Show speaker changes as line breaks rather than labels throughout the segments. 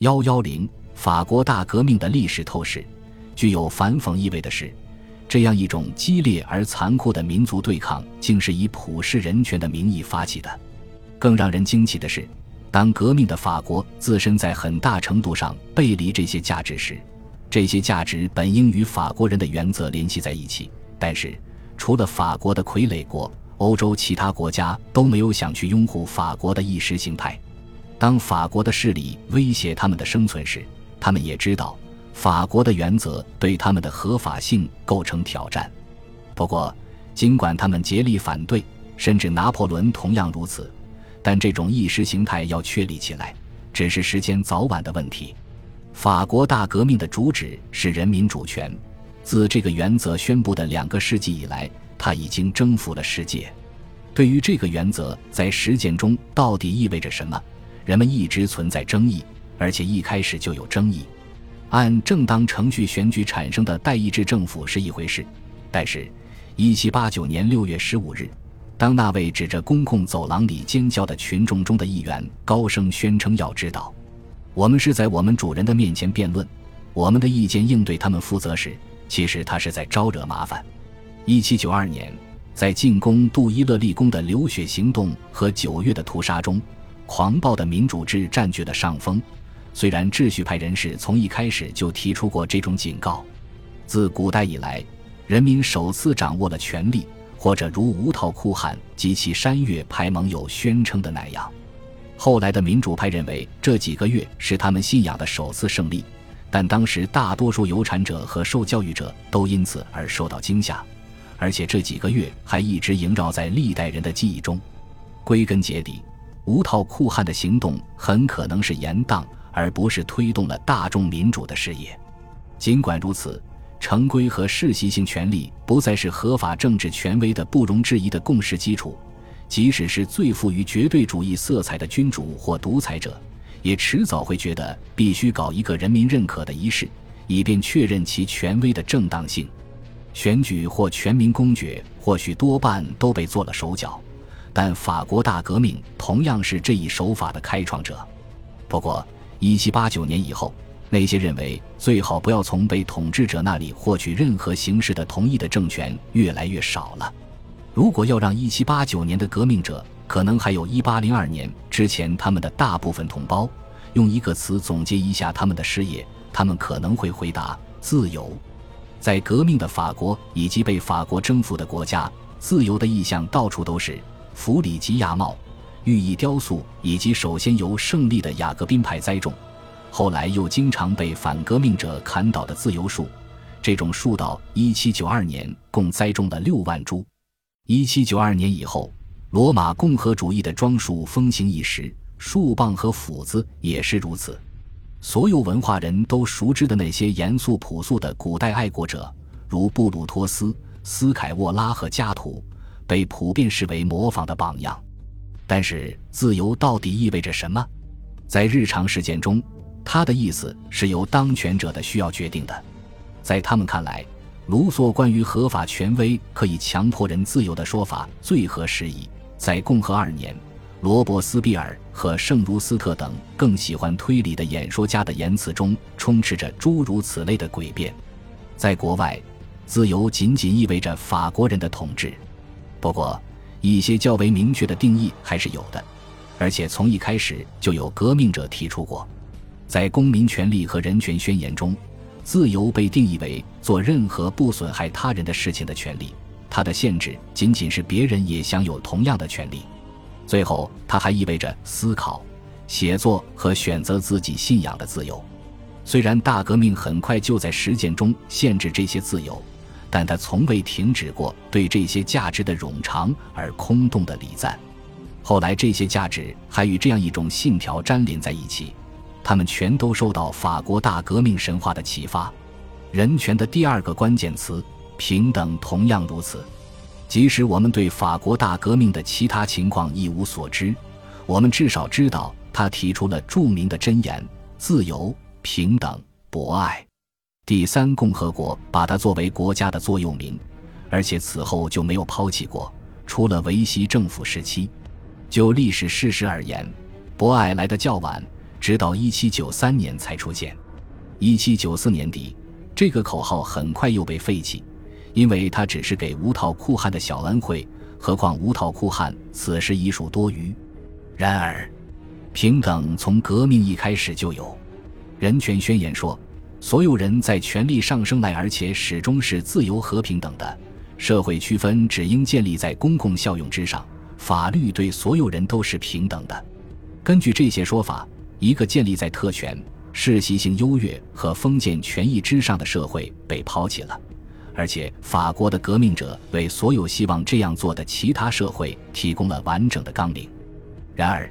110法国大革命的历史透视。具有反讽意味的是，这样一种激烈而残酷的民族对抗竟是以普世人权的名义发起的。更让人惊奇的是，当革命的法国自身在很大程度上背离这些价值时，这些价值本应与法国人的原则联系在一起，但是除了法国的傀儡国，欧洲其他国家都没有想去拥护法国的意识形态。当法国的势力威胁他们的生存时，他们也知道法国的原则对他们的合法性构成挑战。不过尽管他们竭力反对，甚至拿破仑同样如此，但这种意识形态要确立起来只是时间早晚的问题。法国大革命的主旨是人民主权，自这个原则宣布的2个世纪以来，它已经征服了世界。对于这个原则在实践中到底意味着什么，人们一直存在争议，而且一开始就有争议。按正当程序选举产生的代议制政府是一回事，但是1789年6月15日，当那位指着公共走廊里尖叫的群众中的一员高声宣称要知道，我们是在我们主人的面前辩论，我们的意见应对他们负责时，其实他是在招惹麻烦。1792年，在进攻杜伊勒利宫的流血行动和9月的屠杀中，狂暴的民主制占据了上风。虽然秩序派人士从一开始就提出过这种警告，自古代以来，人民首次掌握了权力，或者如无套酷汉及其山岳派盟友宣称的那样。后来的民主派认为这几个月是他们信仰的首次胜利，但当时大多数有产者和受教育者都因此而受到惊吓，而且这几个月还一直萦绕在历代人的记忆中。归根结底，无套酷汉的行动很可能是延宕，而不是推动了大众民主的事业。尽管如此，成规和世袭性权利不再是合法政治权威的不容置疑的共识基础，即使是最富于绝对主义色彩的君主或独裁者，也迟早会觉得必须搞一个人民认可的仪式，以便确认其权威的正当性。选举或全民公决或许多半都被做了手脚，但法国大革命同样是这一手法的开创者。不过1789年以后，那些认为最好不要从被统治者那里获取任何形式的同意的政权越来越少了。如果要让1789年的革命者，可能还有1802年之前他们的大部分同胞，用一个词总结一下他们的事业，他们可能会回答：自由。在革命的法国以及被法国征服的国家，自由的意象到处都是，弗里吉亚帽、寓意雕塑以及首先由胜利的雅各宾派栽种，后来又经常被反革命者砍倒的自由树。这种树到1792年共栽种了6万株。1792年以后，罗马共和主义的装束风行一时，树棒和斧子也是如此。所有文化人都熟知的那些严肃朴素的古代爱国者，如布鲁托斯、斯凯沃拉和加图，被普遍视为模仿的榜样。但是自由到底意味着什么？在日常实践中，它的意思是由当权者的需要决定的。在他们看来，卢梭关于合法权威可以强迫人自由的说法最合时宜。在共和2年，罗伯斯庇尔和圣茹斯特等更喜欢推理的演说家的言辞中充斥着诸如此类的诡辩。在国外，自由仅仅意味着法国人的统治。不过一些较为明确的定义还是有的，而且从一开始就有革命者提出过。在公民权利和人权宣言中，自由被定义为做任何不损害他人的事情的权利，它的限制仅仅是别人也享有同样的权利。最后，它还意味着思考、写作和选择自己信仰的自由。虽然大革命很快就在实践中限制这些自由，但它从未停止过对这些价值的冗长而空洞的礼赞。后来这些价值还与这样一种信条粘连在一起，它们全都受到法国大革命神话的启发。人权的第2个关键词，平等，同样如此。即使我们对法国大革命的其他情况一无所知，我们至少知道他提出了著名的箴言：自由、平等、博爱。第3共和国把它作为国家的座右铭，而且此后就没有抛弃过，除了维希政府时期。就历史事实而言，博爱来得较晚， 直到1793年才出现。1794年底，这个口号很快又被废弃，因为它只是给无套酷汉的小恩惠，何况无套酷汉此时已属多余。然而，平等从革命一开始就有。人权宣言说，所有人在权力上生来，而且始终是自由和平等的，社会区分只应建立在公共效用之上，法律对所有人都是平等的。根据这些说法，一个建立在特权、世袭性优越和封建权益之上的社会被抛弃了，而且法国的革命者为所有希望这样做的其他社会提供了完整的纲领。然而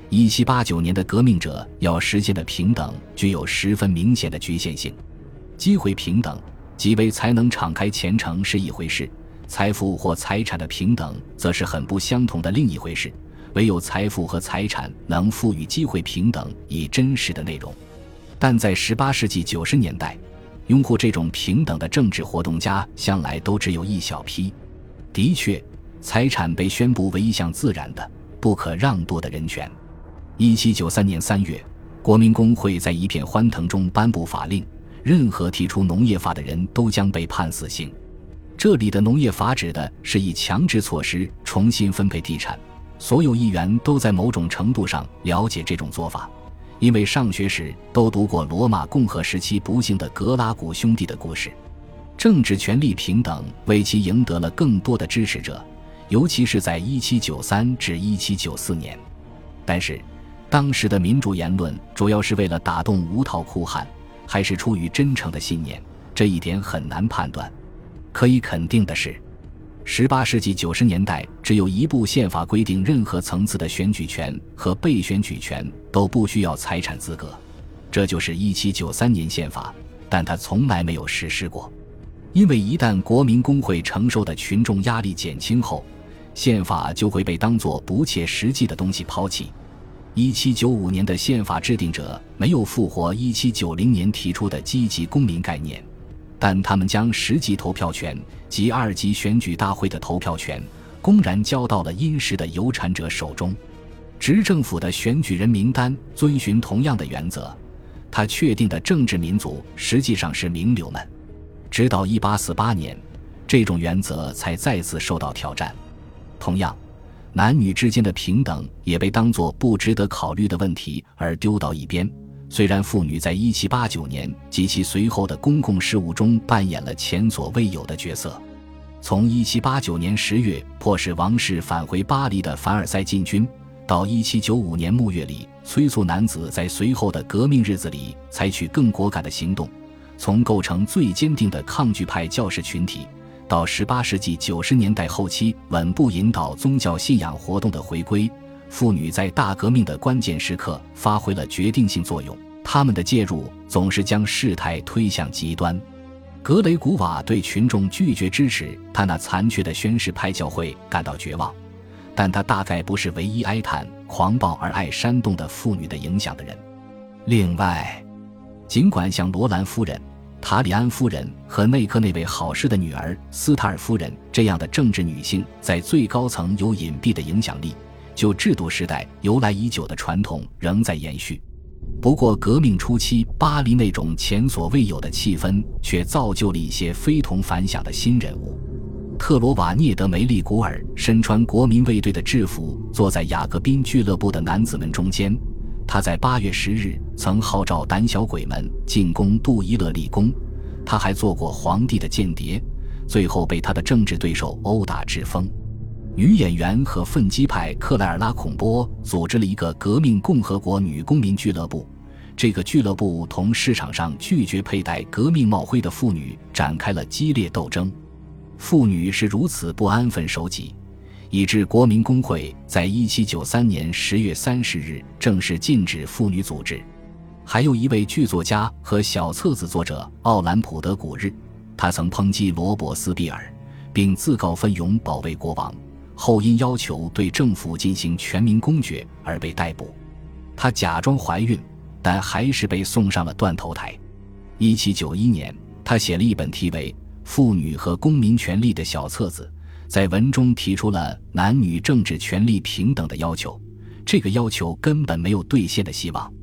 1789年的革命者要实现的平等具有十分明显的局限性。机会平等，即为才能敞开前程是一回事，财富或财产的平等则是很不相同的另一回事。唯有财富和财产能赋予机会平等以真实的内容。但在18世纪90年代，拥护这种平等的政治活动家向来都只有一小批。的确，财产被宣布为一项自然的、不可让渡的人权。1793年3月，国民公会在一片欢腾中颁布法令，任何提出农业法的人都将被判死刑。这里的农业法指的是以强制措施重新分配地产。所有议员都在某种程度上了解这种做法，因为上学时都读过罗马共和时期不幸的格拉古兄弟的故事。政治权利平等为其赢得了更多的支持者，尤其是在1793至1794年。但是当时的民主言论主要是为了打动无套酷汉，还是出于真诚的信念，这一点很难判断。可以肯定的是，18世纪90年代只有一部宪法规定任何层次的选举权和被选举权都不需要财产资格，这就是1793年宪法，但它从来没有实施过。因为一旦国民公会承受的群众压力减轻后，宪法就会被当作不切实际的东西抛弃。1795年的宪法制定者没有复活1790年提出的积极公民概念，但他们将实际投票权及二级选举大会的投票权公然交到了殷实的有产者手中。执政府的选举人名单遵循同样的原则，他确定的政治民族实际上是名流们。直到1848年，这种原则才再次受到挑战。同样，男女之间的平等也被当作不值得考虑的问题而丢到一边。虽然妇女在1789年及其随后的公共事务中扮演了前所未有的角色，从1789年10月迫使王室返回巴黎的凡尔赛禁军，到1795年暮月里催促男子在随后的革命日子里采取更果敢的行动，从构成最坚定的抗拒派教士群体，到18世纪90年代后期稳步引导宗教信仰活动的回归，妇女在大革命的关键时刻发挥了决定性作用，他们的介入总是将事态推向极端。格雷古瓦对群众拒绝支持他那残缺的宣誓派教会感到绝望，但他大概不是唯一哀叹狂暴而爱煽动的妇女的影响的人。另外，尽管像罗兰夫人、塔里安夫人和内克那位好事的女儿斯塔尔夫人这样的政治女性在最高层有隐蔽的影响力，就制度时代由来已久的传统仍在延续。不过革命初期巴黎那种前所未有的气氛却造就了一些非同凡响的新人物。特罗瓦涅德梅利古尔身穿国民卫队的制服，坐在雅各宾俱乐部的男子们中间。他在8月10日曾号召胆小鬼们进攻杜伊勒利宫，他还做过皇帝的间谍，最后被他的政治对手殴打致疯。女演员和奋击派克莱尔拉孔波组织了一个革命共和国女公民俱乐部，这个俱乐部同市场上拒绝佩戴革命帽徽的妇女展开了激烈斗争。妇女是如此不安分守己，以致国民公会在1793年10月30日正式禁止妇女组织。还有一位剧作家和小册子作者奥兰普德古日，他曾抨击罗伯斯庇尔，并自告奋勇保卫国王，后因要求对政府进行全民公决而被逮捕。她假装怀孕，但还是被送上了断头台。1791年，她写了一本题为《妇女和公民权利》的小册子，在文中提出了男女政治权利平等的要求，这个要求根本没有兑现的希望。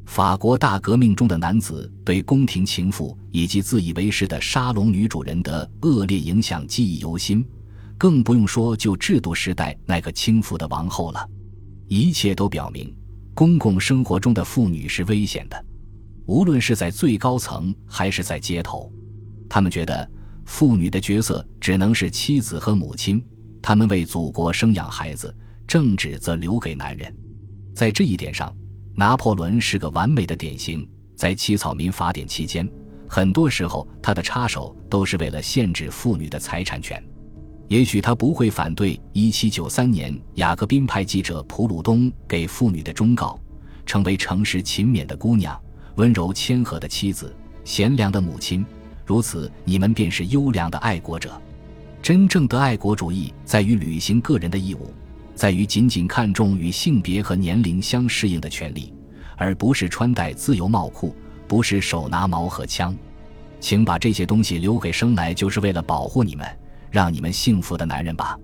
法国大革命中的男子对宫廷情妇以及自以为是的沙龙女主人的恶劣影响记忆犹新，更不用说旧制度时代那个轻浮的王后了。一切都表明，公共生活中的妇女是危险的，无论是在最高层还是在街头。他们觉得妇女的角色只能是妻子和母亲，她们为祖国生养孩子，政治则留给男人。在这一点上，拿破仑是个完美的典型。在起草民法典期间，很多时候他的插手都是为了限制妇女的财产权。也许他不会反对1793年雅各宾派记者普鲁东给妇女的忠告，成为诚实勤勉的姑娘，温柔谦和的妻子，贤良的母亲，如此你们便是优良的爱国者。真正的爱国主义在于履行个人的义务，在于仅仅看重与性别和年龄相适应的权利，而不是穿戴自由帽裤，不是手拿矛和枪。请把这些东西留给生来就是为了保护你们，让你们幸福的男人吧。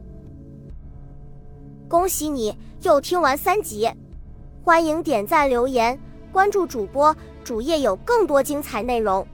恭喜你又听完3集，欢迎点赞留言，关注主播，主页有更多精彩内容。